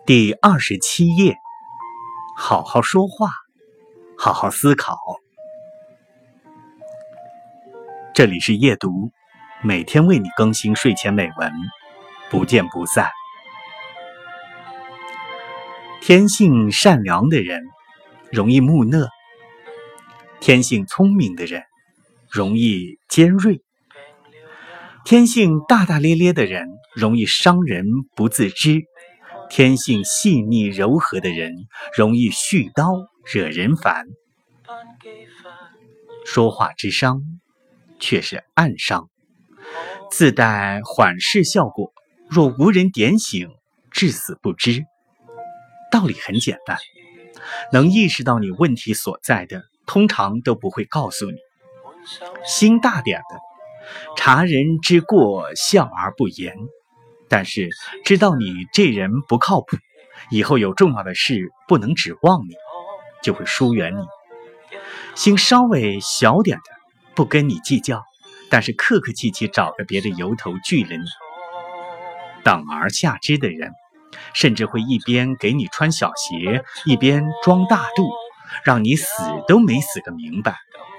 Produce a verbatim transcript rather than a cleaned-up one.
第二十七页，好好说话，好好思考。这里是夜读，每天为你更新睡前美文，不见不散。天性善良的人容易木讷，天性聪明的人容易尖锐，天性大大咧咧的人容易伤人不自知，天性细腻柔和的人容易絮叨惹人烦。说话之伤却是暗伤，自带缓释效果，若无人点醒，至死不知。道理很简单，能意识到你问题所在的，通常都不会告诉你。心大点的，察人之过，笑而不言。但是知道你这人不靠谱，以后有重要的事不能指望你，就会疏远你。心稍微小点的，不跟你计较，但是客客气气找个别的由头拒了你。等而下之的人，甚至会一边给你穿小鞋，一边装大度，让你死都没死个明白。